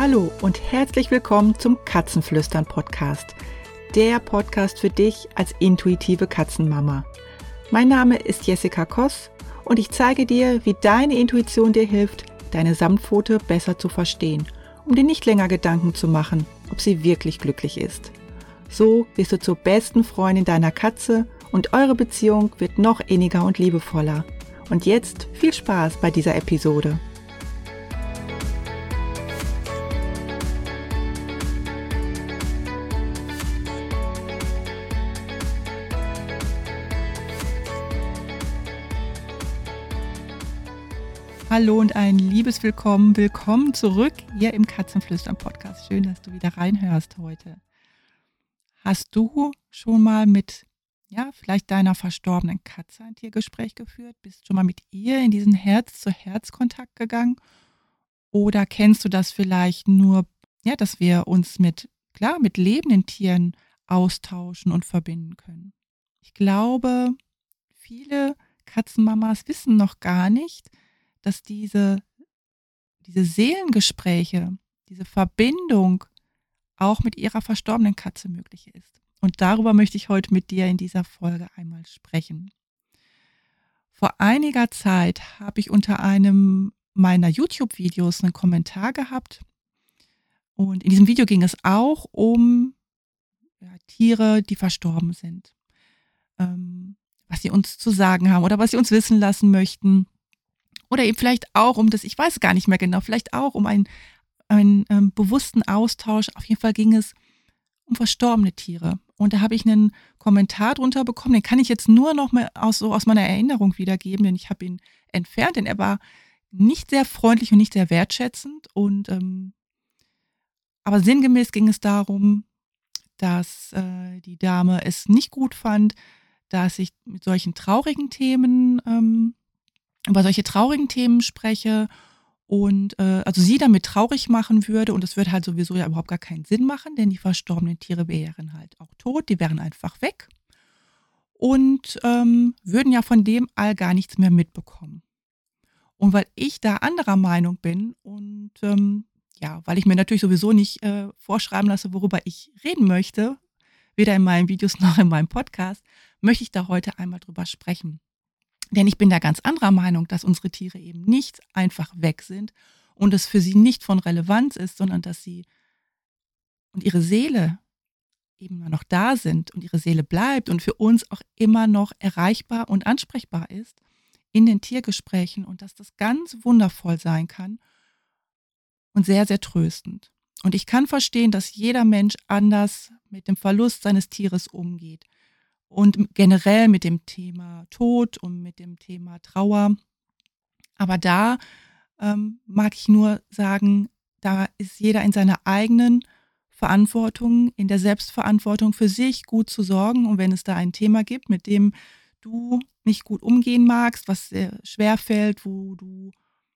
Hallo und herzlich willkommen zum Katzenflüstern-Podcast. Der Podcast für dich als intuitive Katzenmama. Mein Name ist Jessica Koss und ich zeige dir, wie deine Intuition dir hilft, deine Samtpfote besser zu verstehen, um dir nicht länger Gedanken zu machen, ob sie wirklich glücklich ist. So wirst du zur besten Freundin deiner Katze und eure Beziehung wird noch inniger und liebevoller. Und jetzt viel Spaß bei dieser Episode. Hallo und ein liebes Willkommen zurück hier im Katzenflüstern-Podcast. Schön, dass du wieder reinhörst heute. Hast du schon mal mit, vielleicht deiner verstorbenen Katze ein Tiergespräch geführt? Bist schon mal mit ihr in diesen Herz-zu-Herz-Kontakt gegangen? Oder kennst du das vielleicht nur, dass wir uns mit lebenden Tieren austauschen und verbinden können? Ich glaube, viele Katzenmamas wissen noch gar nicht, dass diese Seelengespräche, diese Verbindung auch mit ihrer verstorbenen Katze möglich ist. Und darüber möchte ich heute mit dir in dieser Folge einmal sprechen. Vor einiger Zeit habe ich unter einem meiner YouTube-Videos einen Kommentar gehabt. Und in diesem Video ging es auch um Tiere, die verstorben sind. Was sie uns zu sagen haben oder was sie uns wissen lassen möchten. Oder eben vielleicht auch um das, ich weiß gar nicht mehr genau, vielleicht auch um einen bewussten Austausch. Auf jeden Fall ging es um verstorbene Tiere. Und da habe ich einen Kommentar drunter bekommen, den kann ich jetzt nur noch mal aus meiner Erinnerung wiedergeben, denn ich habe ihn entfernt, denn er war nicht sehr freundlich und nicht sehr wertschätzend. Aber sinngemäß ging es darum, dass die Dame es nicht gut fand, dass ich mit solchen traurigen Themen über solche traurigen Themen spreche und also sie damit traurig machen würde und es würde halt sowieso ja überhaupt gar keinen Sinn machen, denn die verstorbenen Tiere wären halt auch tot, die wären einfach weg und würden ja von dem all gar nichts mehr mitbekommen. Und weil ich da anderer Meinung bin und weil ich mir natürlich sowieso nicht vorschreiben lasse, worüber ich reden möchte, weder in meinen Videos noch in meinem Podcast, möchte ich da heute einmal drüber sprechen. Denn ich bin da ganz anderer Meinung, dass unsere Tiere eben nicht einfach weg sind und es für sie nicht von Relevanz ist, sondern dass sie und ihre Seele eben noch da sind und ihre Seele bleibt und für uns auch immer noch erreichbar und ansprechbar ist in den Tiergesprächen und dass das ganz wundervoll sein kann und sehr, sehr tröstend. Und ich kann verstehen, dass jeder Mensch anders mit dem Verlust seines Tieres umgeht. Und generell mit dem Thema Tod und mit dem Thema Trauer. Aber da mag ich nur sagen, da ist jeder in seiner eigenen Verantwortung, in der Selbstverantwortung für sich gut zu sorgen. Und wenn es da ein Thema gibt, mit dem du nicht gut umgehen magst, was dir schwerfällt, wo du,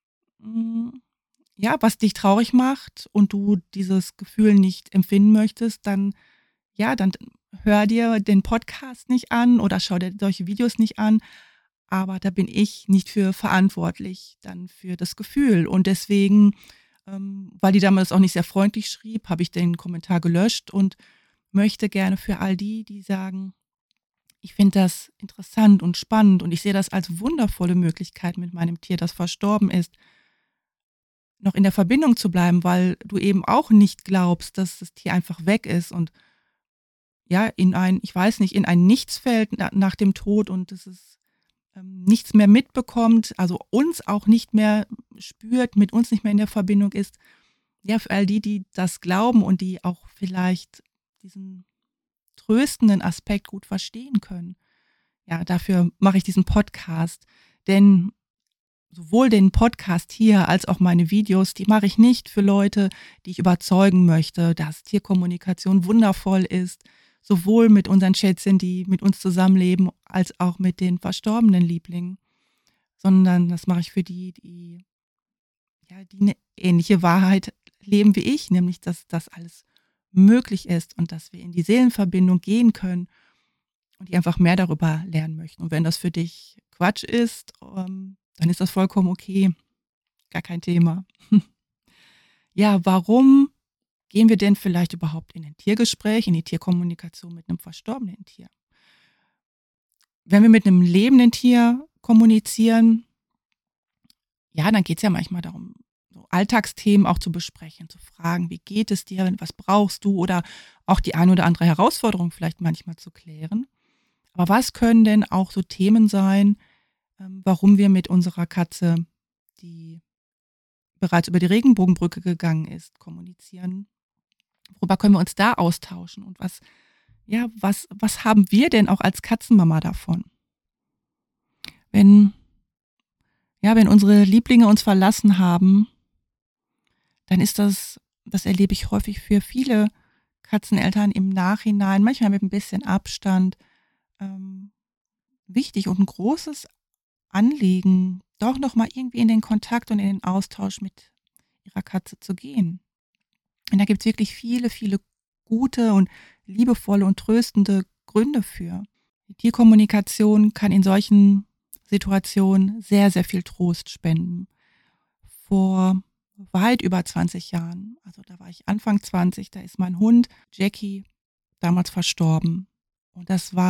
was dich traurig macht und du dieses Gefühl nicht empfinden möchtest, dann hör dir den Podcast nicht an oder schau dir solche Videos nicht an. Aber da bin ich nicht für verantwortlich, dann für das Gefühl. Und deswegen, weil die Dame das auch nicht sehr freundlich schrieb, habe ich den Kommentar gelöscht und möchte gerne für all die sagen, ich finde das interessant und spannend und ich sehe das als wundervolle Möglichkeit mit meinem Tier, das verstorben ist, noch in der Verbindung zu bleiben, weil du eben auch nicht glaubst, dass das Tier einfach weg ist und in ein Nichts fällt nach dem Tod und dass es nichts mehr mitbekommt, also uns auch nicht mehr spürt, mit uns nicht mehr in der Verbindung ist. Ja, für all die das glauben und die auch vielleicht diesen tröstenden Aspekt gut verstehen können. Ja, dafür mache ich diesen Podcast, denn sowohl den Podcast hier als auch meine Videos, die mache ich nicht für Leute, die ich überzeugen möchte, dass Tierkommunikation wundervoll ist, sowohl mit unseren Schätzchen, die mit uns zusammenleben, als auch mit den verstorbenen Lieblingen, sondern das mache ich für die eine ähnliche Wahrheit leben wie ich, nämlich, dass das alles möglich ist und dass wir in die Seelenverbindung gehen können und die einfach mehr darüber lernen möchten. Und wenn das für dich Quatsch ist, dann ist das vollkommen okay, gar kein Thema. ja, warum gehen wir denn vielleicht überhaupt in ein Tiergespräch, in die Tierkommunikation mit einem verstorbenen Tier? Wenn wir mit einem lebenden Tier kommunizieren, ja, dann geht es ja manchmal darum, so Alltagsthemen auch zu besprechen, zu fragen, wie geht es dir, was brauchst du oder auch die eine oder andere Herausforderung vielleicht manchmal zu klären. Aber was können denn auch so Themen sein, warum wir mit unserer Katze, die bereits über die Regenbogenbrücke gegangen ist, kommunizieren? Worüber können wir uns da austauschen? Und was haben wir denn auch als Katzenmama davon? Wenn, wenn unsere Lieblinge uns verlassen haben, dann ist das erlebe ich häufig für viele Katzeneltern im Nachhinein, manchmal mit ein bisschen Abstand, ähm, wichtig und ein großes Anliegen, doch nochmal irgendwie in den Kontakt und in den Austausch mit ihrer Katze zu gehen. Und da gibt es wirklich viele, viele gute und liebevolle und tröstende Gründe für. Die Tierkommunikation kann in solchen Situationen sehr, sehr viel Trost spenden. Vor weit über 20 Jahren, also da war ich Anfang 20, da ist mein Hund Jackie damals verstorben. Und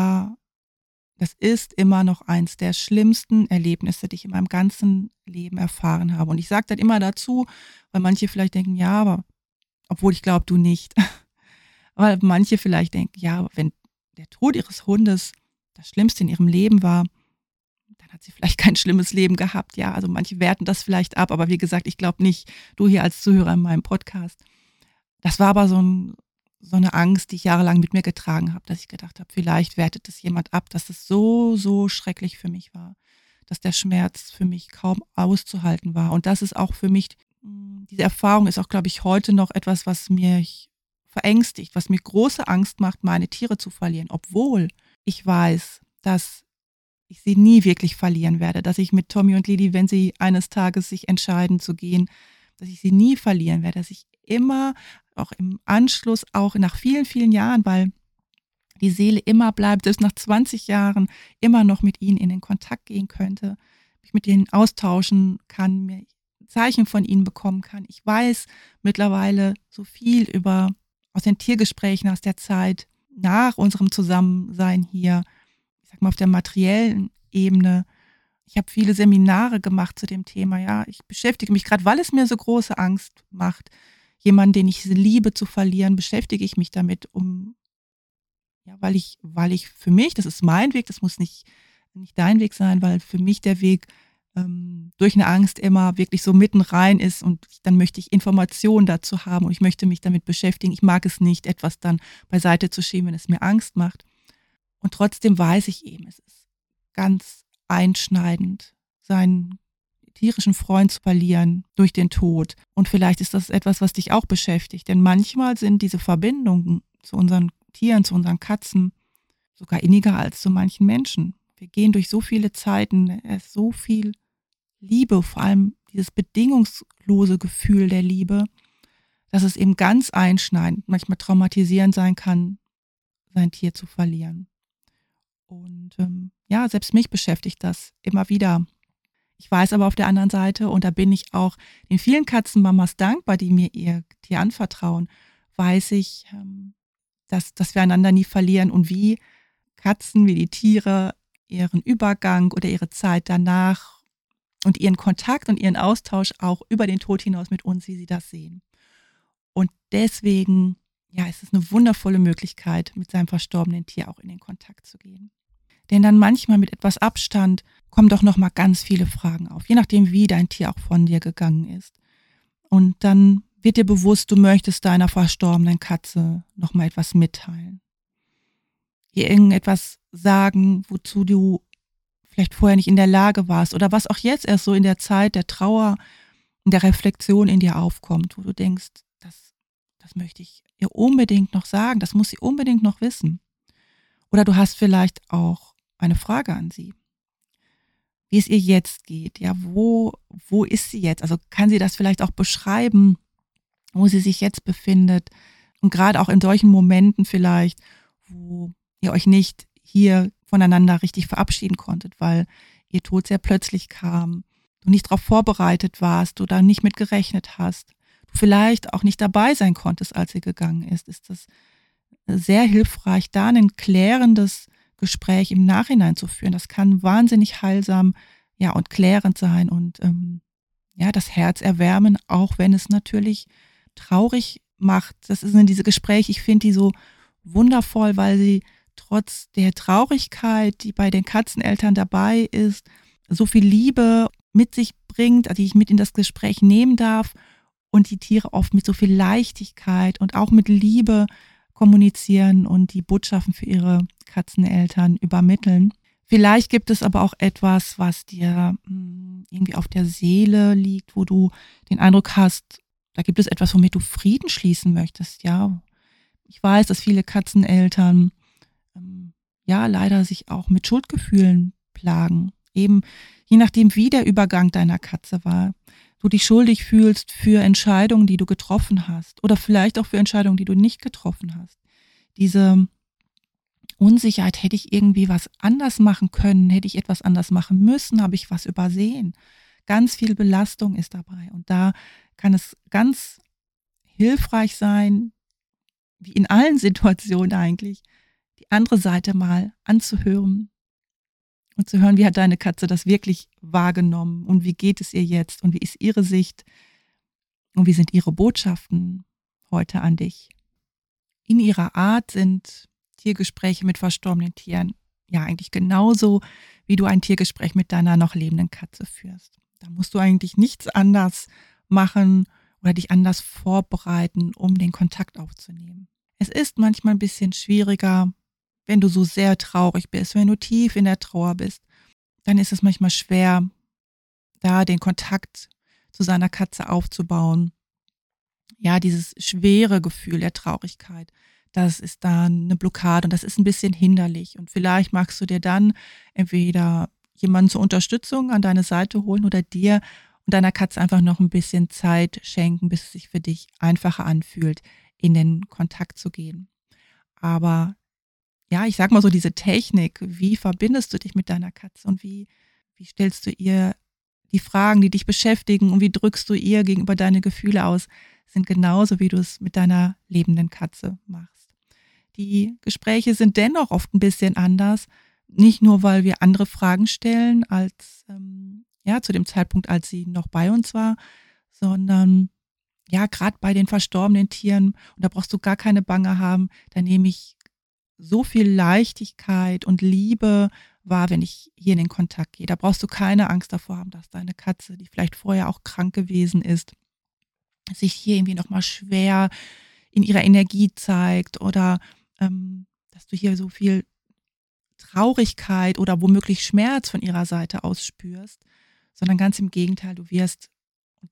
das ist immer noch eins der schlimmsten Erlebnisse, die ich in meinem ganzen Leben erfahren habe. Und ich sage das immer dazu, weil manche vielleicht denken, ja, aber obwohl ich glaube, du nicht. Weil manche vielleicht denken, ja, wenn der Tod ihres Hundes das Schlimmste in ihrem Leben war, dann hat sie vielleicht kein schlimmes Leben gehabt. Ja, also manche werten das vielleicht ab, aber wie gesagt, ich glaube nicht, du hier als Zuhörer in meinem Podcast. Das war aber so eine Angst, die ich jahrelang mit mir getragen habe, dass ich gedacht habe, vielleicht wertet es jemand ab, dass es so, so schrecklich für mich war, dass der Schmerz für mich kaum auszuhalten war. Und das ist auch für mich, diese Erfahrung ist auch, glaube ich, heute noch etwas, was mich verängstigt, was mir große Angst macht, meine Tiere zu verlieren, obwohl ich weiß, dass ich sie nie wirklich verlieren werde, dass ich mit Tommy und Lili, wenn sie eines Tages sich entscheiden zu gehen, dass ich sie nie verlieren werde, dass ich immer, auch im Anschluss, auch nach vielen, vielen Jahren, weil die Seele immer bleibt, selbst nach 20 Jahren immer noch mit ihnen in den Kontakt gehen könnte, mich mit ihnen austauschen kann, mir Zeichen von ihnen bekommen kann. Ich weiß mittlerweile so viel aus den Tiergesprächen, aus der Zeit nach unserem Zusammensein hier, ich sag mal auf der materiellen Ebene. Ich habe viele Seminare gemacht zu dem Thema. Ja, ich beschäftige mich gerade, weil es mir so große Angst macht, jemanden, den ich liebe, zu verlieren, beschäftige ich mich damit, weil ich für mich, das ist mein Weg, das muss nicht dein Weg sein, weil für mich der Weg durch eine Angst immer wirklich so mitten rein ist und dann möchte ich Informationen dazu haben und ich möchte mich damit beschäftigen. Ich mag es nicht, etwas dann beiseite zu schieben, wenn es mir Angst macht. Und trotzdem weiß ich eben, es ist ganz einschneidend, seinen tierischen Freund zu verlieren durch den Tod. Und vielleicht ist das etwas, was dich auch beschäftigt. Denn manchmal sind diese Verbindungen zu unseren Tieren, zu unseren Katzen sogar inniger als zu manchen Menschen. Wir gehen durch so viele Zeiten, es ist so viel Liebe, vor allem dieses bedingungslose Gefühl der Liebe, dass es eben ganz einschneidend, manchmal traumatisierend sein kann, sein Tier zu verlieren. Und selbst mich beschäftigt das immer wieder. Ich weiß aber auf der anderen Seite, und da bin ich auch den vielen Katzenmamas dankbar, die mir ihr Tier anvertrauen, weiß ich, dass wir einander nie verlieren und wie Katzen, wie die Tiere ihren Übergang oder ihre Zeit danach und ihren Kontakt und ihren Austausch auch über den Tod hinaus mit uns, wie sie das sehen. Und deswegen, ist es eine wundervolle Möglichkeit, mit seinem verstorbenen Tier auch in den Kontakt zu gehen. Denn dann manchmal mit etwas Abstand kommen doch nochmal ganz viele Fragen auf, je nachdem, wie dein Tier auch von dir gegangen ist. Und dann wird dir bewusst, du möchtest deiner verstorbenen Katze nochmal etwas mitteilen. Ihr irgendetwas sagen, wozu du vielleicht vorher nicht in der Lage warst oder was auch jetzt erst so in der Zeit der Trauer und der Reflexion in dir aufkommt, wo du denkst, das möchte ich ihr unbedingt noch sagen, das muss sie unbedingt noch wissen. Oder du hast vielleicht auch eine Frage an sie, wie es ihr jetzt geht. Ja, wo ist sie jetzt? Also kann sie das vielleicht auch beschreiben, wo sie sich jetzt befindet? Und gerade auch in solchen Momenten vielleicht, wo ihr euch nicht hier voneinander richtig verabschieden konntet, weil ihr Tod sehr plötzlich kam, du nicht darauf vorbereitet warst, du da nicht mit gerechnet hast, du vielleicht auch nicht dabei sein konntest, als sie gegangen ist das sehr hilfreich, da ein klärendes Gespräch im Nachhinein zu führen. Das kann wahnsinnig heilsam, ja, und klärend sein und ja, das Herz erwärmen, auch wenn es natürlich traurig macht. Das sind diese Gespräche, ich finde die so wundervoll, weil sie trotz der Traurigkeit, die bei den Katzeneltern dabei ist, so viel Liebe mit sich bringt, die ich mit in das Gespräch nehmen darf und die Tiere oft mit so viel Leichtigkeit und auch mit Liebe kommunizieren und die Botschaften für ihre Katzeneltern übermitteln. Vielleicht gibt es aber auch etwas, was dir irgendwie auf der Seele liegt, wo du den Eindruck hast, da gibt es etwas, womit du Frieden schließen möchtest, ja. Ich weiß, dass viele Katzeneltern ja leider sich auch mit Schuldgefühlen plagen. Eben je nachdem, wie der Übergang deiner Katze war, du dich schuldig fühlst für Entscheidungen, die du getroffen hast oder vielleicht auch für Entscheidungen, die du nicht getroffen hast. Diese Unsicherheit, hätte ich irgendwie was anders machen können, hätte ich etwas anders machen müssen, habe ich was übersehen. Ganz viel Belastung ist dabei und da kann es ganz hilfreich sein, wie in allen Situationen eigentlich, die andere Seite mal anzuhören und zu hören, wie hat deine Katze das wirklich wahrgenommen und wie geht es ihr jetzt und wie ist ihre Sicht und wie sind ihre Botschaften heute an dich. In ihrer Art sind Tiergespräche mit verstorbenen Tieren ja eigentlich genauso, wie du ein Tiergespräch mit deiner noch lebenden Katze führst. Da musst du eigentlich nichts anders machen oder dich anders vorbereiten, um den Kontakt aufzunehmen. Es ist manchmal ein bisschen schwieriger, wenn du so sehr traurig bist, wenn du tief in der Trauer bist, dann ist es manchmal schwer, da den Kontakt zu seiner Katze aufzubauen. Ja, dieses schwere Gefühl der Traurigkeit, das ist dann eine Blockade und das ist ein bisschen hinderlich. Und vielleicht magst du dir dann entweder jemanden zur Unterstützung an deine Seite holen oder dir und deiner Katze einfach noch ein bisschen Zeit schenken, bis es sich für dich einfacher anfühlt, in den Kontakt zu gehen. Aber ja, ich sag mal so, diese Technik, wie verbindest du dich mit deiner Katze und wie stellst du ihr die Fragen, die dich beschäftigen und wie drückst du ihr gegenüber deine Gefühle aus, sind genauso, wie du es mit deiner lebenden Katze machst. Die Gespräche sind dennoch oft ein bisschen anders, nicht nur, weil wir andere Fragen stellen als ja, zu dem Zeitpunkt, als sie noch bei uns war, sondern ja, gerade bei den verstorbenen Tieren, und da brauchst du gar keine Bange haben, da nehme ich so viel Leichtigkeit und Liebe wahr, wenn ich hier in den Kontakt gehe. Da brauchst du keine Angst davor haben, dass deine Katze, die vielleicht vorher auch krank gewesen ist, sich hier irgendwie nochmal schwer in ihrer Energie zeigt oder dass du hier so viel Traurigkeit oder womöglich Schmerz von ihrer Seite aus spürst, sondern ganz im Gegenteil, du wirst, und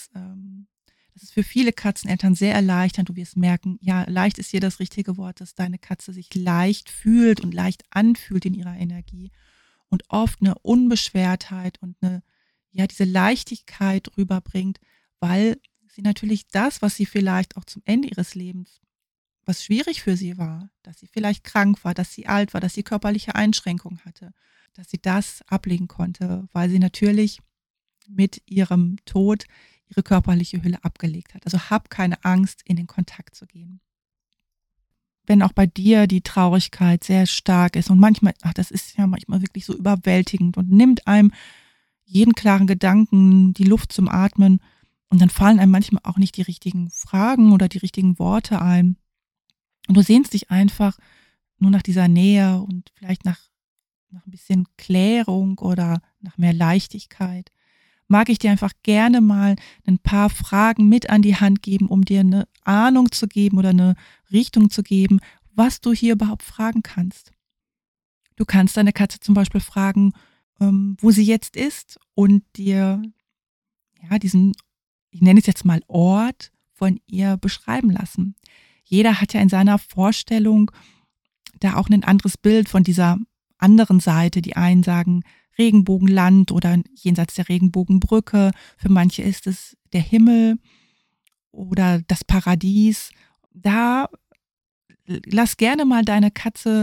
das ist für viele Katzeneltern sehr erleichternd, du wirst merken, ja, leicht ist hier das richtige Wort, dass deine Katze sich leicht fühlt und leicht anfühlt in ihrer Energie und oft eine Unbeschwertheit und ja, diese Leichtigkeit rüberbringt, weil sie natürlich das, was sie vielleicht auch zum Ende ihres Lebens, was schwierig für sie war, dass sie vielleicht krank war, dass sie alt war, dass sie körperliche Einschränkungen hatte, dass sie das ablegen konnte, weil sie natürlich mit ihrem Tod ihre körperliche Hülle abgelegt hat. Also hab keine Angst, in den Kontakt zu gehen. Wenn auch bei dir die Traurigkeit sehr stark ist und manchmal, das ist ja manchmal wirklich so überwältigend und nimmt einem jeden klaren Gedanken, die Luft zum Atmen und dann fallen einem manchmal auch nicht die richtigen Fragen oder die richtigen Worte ein. Und du sehnst dich einfach nur nach dieser Nähe und vielleicht nach ein bisschen Klärung oder nach mehr Leichtigkeit. Mag ich dir einfach gerne mal ein paar Fragen mit an die Hand geben, um dir eine Ahnung zu geben oder eine Richtung zu geben, was du hier überhaupt fragen kannst. Du kannst deine Katze zum Beispiel fragen, wo sie jetzt ist und dir ja diesen, ich nenne es jetzt mal Ort, von ihr beschreiben lassen. Jeder hat ja in seiner Vorstellung da auch ein anderes Bild von dieser anderen Seite. Die einen sagen Regenbogenland oder jenseits der Regenbogenbrücke. Für manche ist es der Himmel oder das Paradies. Da lass gerne mal deine Katze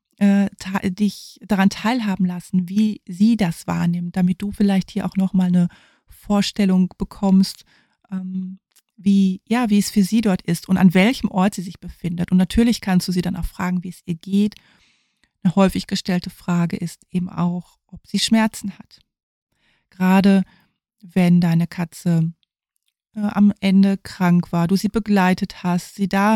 dich daran teilhaben lassen, wie sie das wahrnimmt, damit du vielleicht hier auch nochmal eine Vorstellung bekommst, wie es für sie dort ist und an welchem Ort sie sich befindet. Und natürlich kannst du sie dann auch fragen, wie es ihr geht. Eine häufig gestellte Frage ist eben auch, ob sie Schmerzen hat. Gerade wenn deine Katze am Ende krank war, du sie begleitet hast, sie da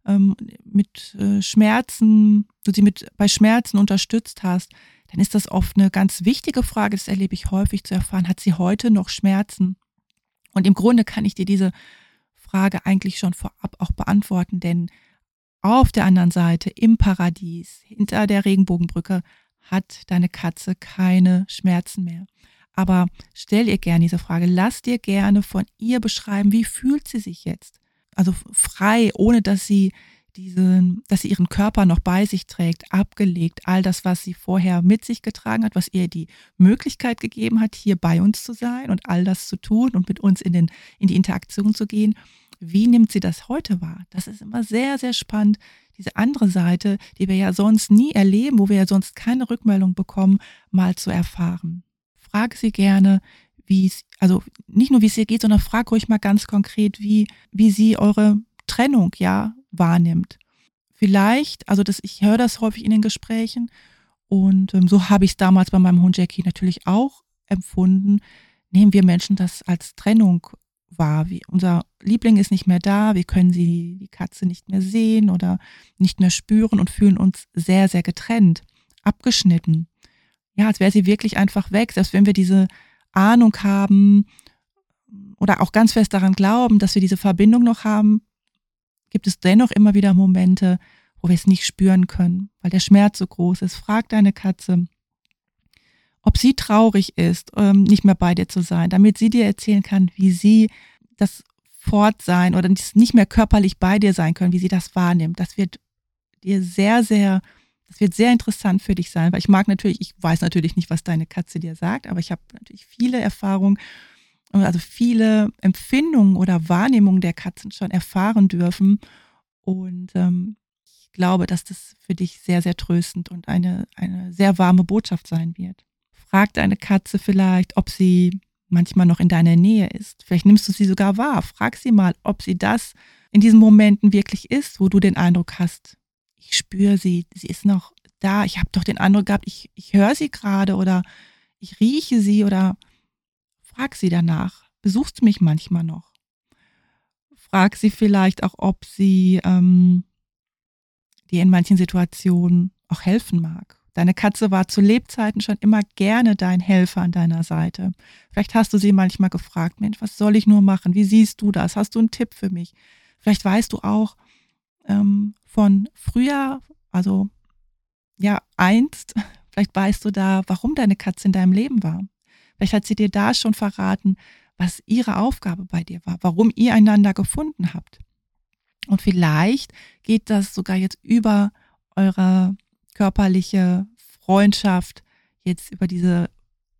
mit Schmerzen, du sie bei Schmerzen unterstützt hast, dann ist das oft eine ganz wichtige Frage, das erlebe ich häufig, zu erfahren, hat sie heute noch Schmerzen? Und im Grunde kann ich dir diese Frage eigentlich schon vorab auch beantworten, denn auf der anderen Seite, im Paradies, hinter der Regenbogenbrücke, hat deine Katze keine Schmerzen mehr. Aber stell ihr gerne diese Frage, lass dir gerne von ihr beschreiben, wie fühlt sie sich jetzt? Also frei, ohne dass sie ihren Körper noch bei sich trägt, abgelegt, all das, was sie vorher mit sich getragen hat, was ihr die Möglichkeit gegeben hat, hier bei uns zu sein und all das zu tun und mit uns in die Interaktion zu gehen. Wie nimmt sie das heute wahr? Das ist immer sehr, sehr spannend, diese andere Seite, die wir ja sonst nie erleben, wo wir ja sonst keine Rückmeldung bekommen, mal zu erfahren. Frag sie gerne, also nicht nur wie es ihr geht, sondern frag ruhig mal ganz konkret, wie sie eure Trennung wahrnimmt. Vielleicht, also ich höre das häufig in den Gesprächen und so habe ich es damals bei meinem Hund Jackie natürlich auch empfunden, nehmen wir Menschen das als Trennung wahr. Unser Liebling ist nicht mehr da, wir können die Katze nicht mehr sehen oder nicht mehr spüren und fühlen uns sehr, sehr getrennt, abgeschnitten. Ja, als wäre sie wirklich einfach weg, selbst wenn wir diese Ahnung haben oder auch ganz fest daran glauben, dass wir diese Verbindung noch haben, gibt es dennoch immer wieder Momente, wo wir es nicht spüren können, weil der Schmerz so groß ist. Frag deine Katze, ob sie traurig ist, nicht mehr bei dir zu sein, damit sie dir erzählen kann, wie sie das Fortsein oder nicht mehr körperlich bei dir sein können, wie sie das wahrnimmt. Das wird sehr interessant für dich sein, weil ich weiß natürlich nicht, was deine Katze dir sagt, aber ich habe natürlich viele Erfahrungen, also viele Empfindungen oder Wahrnehmungen der Katzen schon erfahren dürfen. Und ich glaube, dass das für dich sehr, sehr tröstend und eine sehr warme Botschaft sein wird. Frag deine Katze vielleicht, ob sie manchmal noch in deiner Nähe ist. Vielleicht nimmst du sie sogar wahr. Frag sie mal, ob sie das in diesen Momenten wirklich ist, wo du den Eindruck hast, ich spüre sie ist noch da. Ich habe doch den Eindruck gehabt, ich höre sie gerade oder ich rieche sie oder frag sie danach. Besuchst du mich manchmal noch? Frag sie vielleicht auch, ob sie dir in manchen Situationen auch helfen mag. Deine Katze war zu Lebzeiten schon immer gerne dein Helfer an deiner Seite. Vielleicht hast du sie manchmal gefragt, Mensch, was soll ich nur machen? Wie siehst du das? Hast du einen Tipp für mich? Vielleicht weißt du auch von früher, also einst, vielleicht weißt du da, warum deine Katze in deinem Leben war. Vielleicht hat sie dir da schon verraten, was ihre Aufgabe bei dir war, warum ihr einander gefunden habt. Und vielleicht geht das sogar jetzt über eure körperliche Freundschaft, jetzt über diese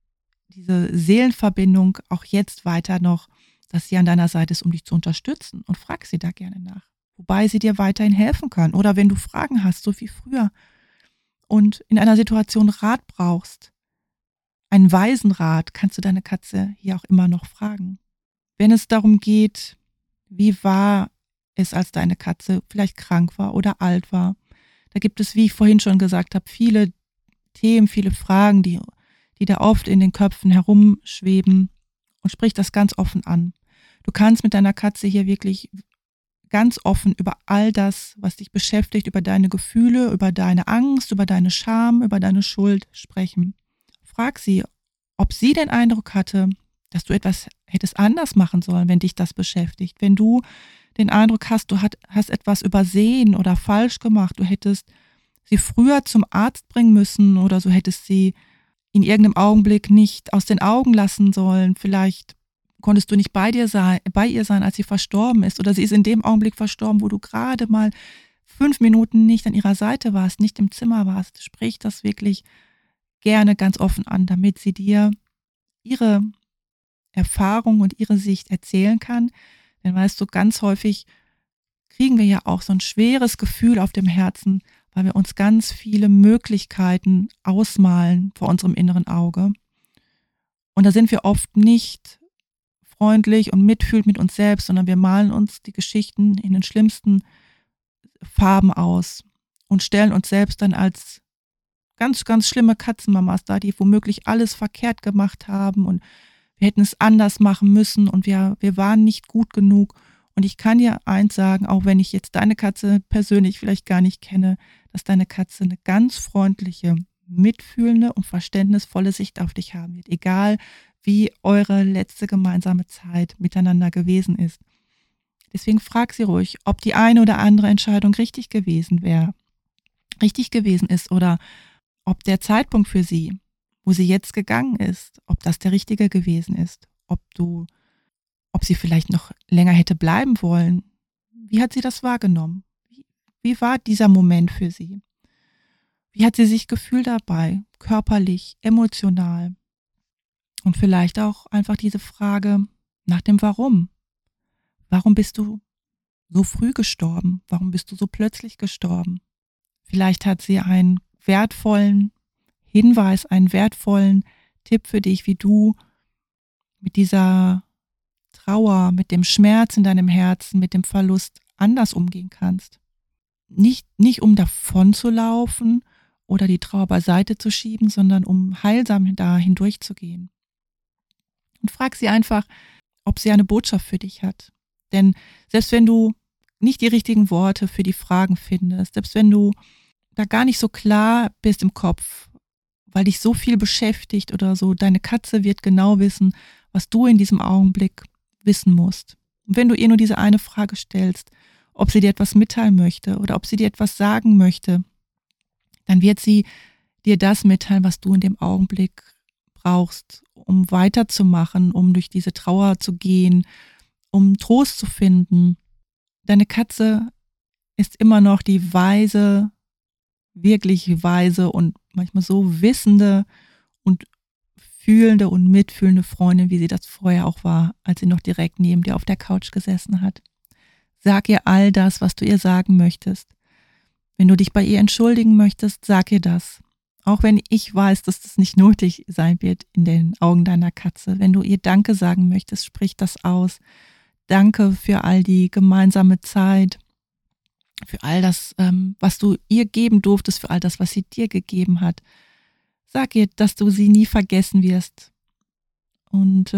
Seelenverbindung auch jetzt weiter noch, dass sie an deiner Seite ist, um dich zu unterstützen. Und frag sie da gerne nach, wobei sie dir weiterhin helfen kann. Oder wenn du Fragen hast, so wie früher, und in einer Situation Rat brauchst, einen weisen Rat, kannst du deine Katze hier auch immer noch fragen. Wenn es darum geht, wie war es, als deine Katze vielleicht krank war oder alt war, da gibt es, wie ich vorhin schon gesagt habe, viele Themen, viele Fragen, die da oft in den Köpfen herumschweben, und sprich das ganz offen an. Du kannst mit deiner Katze hier wirklich ganz offen über all das, was dich beschäftigt, über deine Gefühle, über deine Angst, über deine Scham, über deine Schuld sprechen. Frag sie, ob sie den Eindruck hatte, dass du etwas hättest anders machen sollen, wenn dich das beschäftigt. Wenn du den Eindruck hast, du hast etwas übersehen oder falsch gemacht, du hättest sie früher zum Arzt bringen müssen oder so hättest sie in irgendeinem Augenblick nicht aus den Augen lassen sollen. Vielleicht konntest du nicht bei ihr sein, als sie verstorben ist, oder sie ist in dem Augenblick verstorben, wo du gerade mal 5 Minuten nicht an ihrer Seite warst, nicht im Zimmer warst. Sprich das wirklich gerne ganz offen an, damit sie dir ihre Erfahrung und ihre Sicht erzählen kann. Denn weißt du, ganz häufig kriegen wir ja auch so ein schweres Gefühl auf dem Herzen, weil wir uns ganz viele Möglichkeiten ausmalen vor unserem inneren Auge. Und da sind wir oft nicht freundlich und mitfühlend mit uns selbst, sondern wir malen uns die Geschichten in den schlimmsten Farben aus und stellen uns selbst dann als ganz, ganz schlimme Katzenmamas da, die womöglich alles verkehrt gemacht haben und wir hätten es anders machen müssen und wir waren nicht gut genug. Und ich kann dir eins sagen, auch wenn ich jetzt deine Katze persönlich vielleicht gar nicht kenne, dass deine Katze eine ganz freundliche, mitfühlende und verständnisvolle Sicht auf dich haben wird, egal wie eure letzte gemeinsame Zeit miteinander gewesen ist. Deswegen frag sie ruhig, ob die eine oder andere Entscheidung richtig gewesen ist oder ob der Zeitpunkt für sie, wo sie jetzt gegangen ist, ob das der richtige gewesen ist, ob sie vielleicht noch länger hätte bleiben wollen. Wie hat sie das wahrgenommen? Wie war dieser Moment für sie? Wie hat sie sich gefühlt dabei? Körperlich, emotional? Und vielleicht auch einfach diese Frage nach dem Warum. Warum bist du so früh gestorben? Warum bist du so plötzlich gestorben? Vielleicht hat sie einen wertvollen Hinweis, einen wertvollen Tipp für dich, wie du mit dieser Trauer, mit dem Schmerz in deinem Herzen, mit dem Verlust anders umgehen kannst. Nicht um davon zu laufen oder die Trauer beiseite zu schieben, sondern um heilsam da hindurchzugehen. Und frag sie einfach, ob sie eine Botschaft für dich hat. Denn selbst wenn du nicht die richtigen Worte für die Fragen findest, selbst wenn du da gar nicht so klar bist im Kopf, weil dich so viel beschäftigt oder so, deine Katze wird genau wissen, was du in diesem Augenblick wissen musst. Und wenn du ihr nur diese eine Frage stellst, ob sie dir etwas mitteilen möchte oder ob sie dir etwas sagen möchte, dann wird sie dir das mitteilen, was du in dem Augenblick brauchst, um weiterzumachen, um durch diese Trauer zu gehen, um Trost zu finden. Deine Katze ist immer noch die weise, wirklich weise und manchmal so wissende und fühlende und mitfühlende Freundin, wie sie das vorher auch war, als sie noch direkt neben dir auf der Couch gesessen hat. Sag ihr all das, was du ihr sagen möchtest. Wenn du dich bei ihr entschuldigen möchtest, sag ihr das. Auch wenn ich weiß, dass das nicht nötig sein wird in den Augen deiner Katze. Wenn du ihr Danke sagen möchtest, sprich das aus. Danke für all die gemeinsame Zeit, für all das, was du ihr geben durftest, für all das, was sie dir gegeben hat. Sag ihr, dass du sie nie vergessen wirst. Und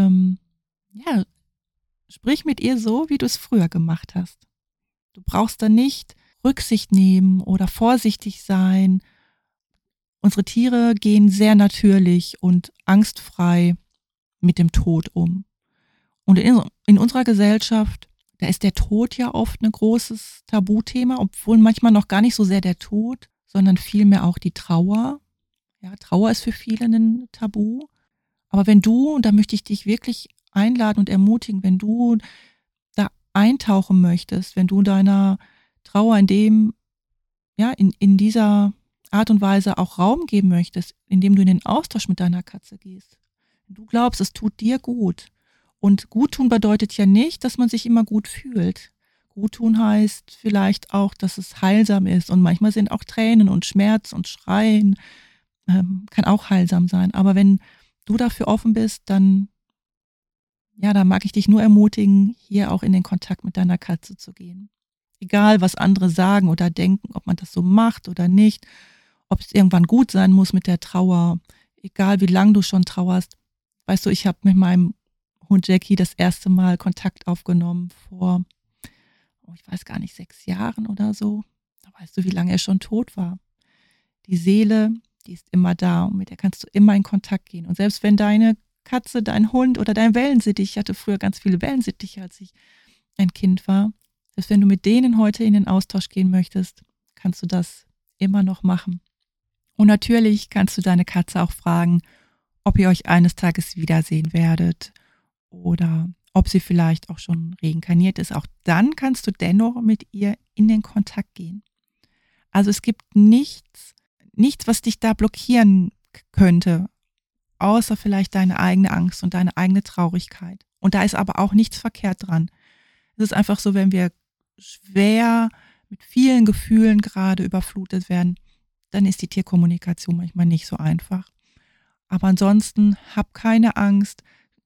sprich mit ihr so, wie du es früher gemacht hast. Du brauchst da nicht Rücksicht nehmen oder vorsichtig sein. Unsere Tiere gehen sehr natürlich und angstfrei mit dem Tod um. Und in unserer Gesellschaft, da ist der Tod ja oft ein großes Tabuthema, obwohl manchmal noch gar nicht so sehr der Tod, sondern vielmehr auch die Trauer. Ja, Trauer ist für viele ein Tabu. Aber wenn du, und da möchte ich dich wirklich einladen und ermutigen, wenn du da eintauchen möchtest, wenn du deiner Trauer in dieser Art und Weise auch Raum geben möchtest, indem du in den Austausch mit deiner Katze gehst. Wenn du glaubst, es tut dir gut. Und Guttun bedeutet ja nicht, dass man sich immer gut fühlt. Guttun heißt vielleicht auch, dass es heilsam ist. Und manchmal sind auch Tränen und Schmerz und Schreien kann auch heilsam sein. Aber wenn du dafür offen bist, dann mag ich dich nur ermutigen, hier auch in den Kontakt mit deiner Katze zu gehen. Egal, was andere sagen oder denken, ob man das so macht oder nicht, ob es irgendwann gut sein muss mit der Trauer, egal wie lange du schon trauerst. Weißt du, ich habe mit meinem Hund Jackie das erste Mal Kontakt aufgenommen vor, ich weiß gar nicht, 6 Jahren oder so. Da weißt du, wie lange er schon tot war. Die Seele, die ist immer da und mit der kannst du immer in Kontakt gehen. Und selbst wenn deine Katze, dein Hund oder dein Wellensittich, ich hatte früher ganz viele Wellensittiche, als ich ein Kind war, selbst wenn du mit denen heute in den Austausch gehen möchtest, kannst du das immer noch machen. Und natürlich kannst du deine Katze auch fragen, ob ihr euch eines Tages wiedersehen werdet oder ob sie vielleicht auch schon reinkarniert ist. Auch dann kannst du dennoch mit ihr in den Kontakt gehen. Also es gibt nichts, was dich da blockieren könnte, außer vielleicht deine eigene Angst und deine eigene Traurigkeit. Und da ist aber auch nichts verkehrt dran. Es ist einfach so, wenn wir schwer mit vielen Gefühlen gerade überflutet werden, dann ist die Tierkommunikation manchmal nicht so einfach. Aber ansonsten hab keine Angst,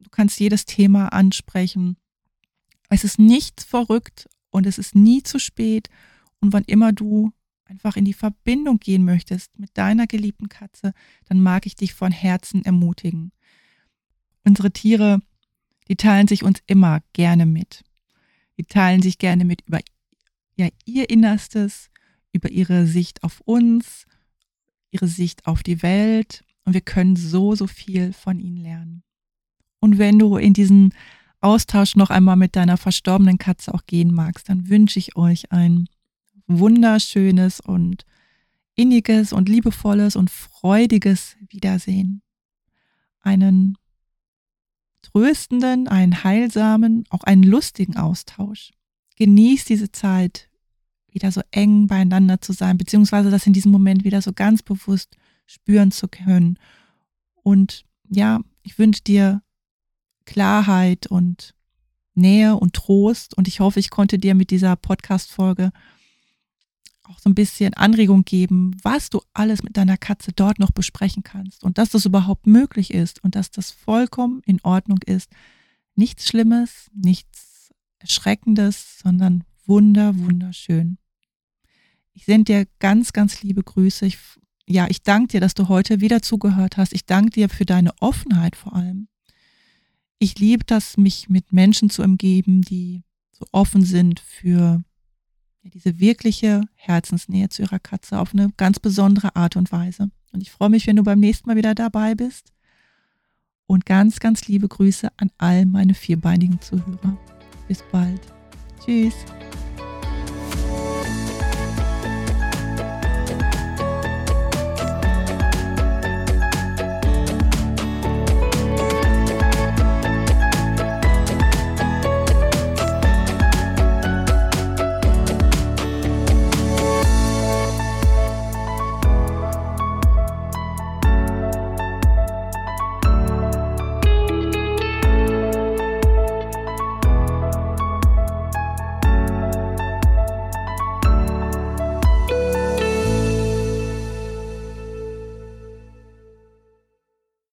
Du kannst jedes Thema ansprechen. Es ist nichts verrückt und es ist nie zu spät. Und wann immer du einfach in die Verbindung gehen möchtest mit deiner geliebten Katze, dann mag ich dich von Herzen ermutigen. Unsere Tiere, die teilen sich uns immer gerne mit. Die teilen sich gerne mit über ihr Innerstes, über ihre Sicht auf uns, ihre Sicht auf die Welt. Und wir können so viel von ihnen lernen. Und wenn du in diesen Austausch noch einmal mit deiner verstorbenen Katze auch gehen magst, dann wünsche ich euch ein wunderschönes und inniges und liebevolles und freudiges Wiedersehen. Einen tröstenden, einen heilsamen, auch einen lustigen Austausch. Genieß diese Zeit, wieder so eng beieinander zu sein, beziehungsweise das in diesem Moment wieder so ganz bewusst spüren zu können. Und ja, ich wünsche dir Klarheit und Nähe und Trost und ich hoffe, ich konnte dir mit dieser Podcast-Folge auch so ein bisschen Anregung geben, was du alles mit deiner Katze dort noch besprechen kannst und dass das überhaupt möglich ist und dass das vollkommen in Ordnung ist. Nichts Schlimmes, nichts Erschreckendes, sondern wunderschön. Ich sende dir ganz liebe Grüße. Ich danke dir, dass du heute wieder zugehört hast. Ich danke dir für deine Offenheit vor allem. Ich liebe das, mich mit Menschen zu umgeben, die so offen sind für diese wirkliche Herzensnähe zu ihrer Katze auf eine ganz besondere Art und Weise. Und ich freue mich, wenn du beim nächsten Mal wieder dabei bist. Und ganz liebe Grüße an all meine vierbeinigen Zuhörer. Bis bald. Tschüss.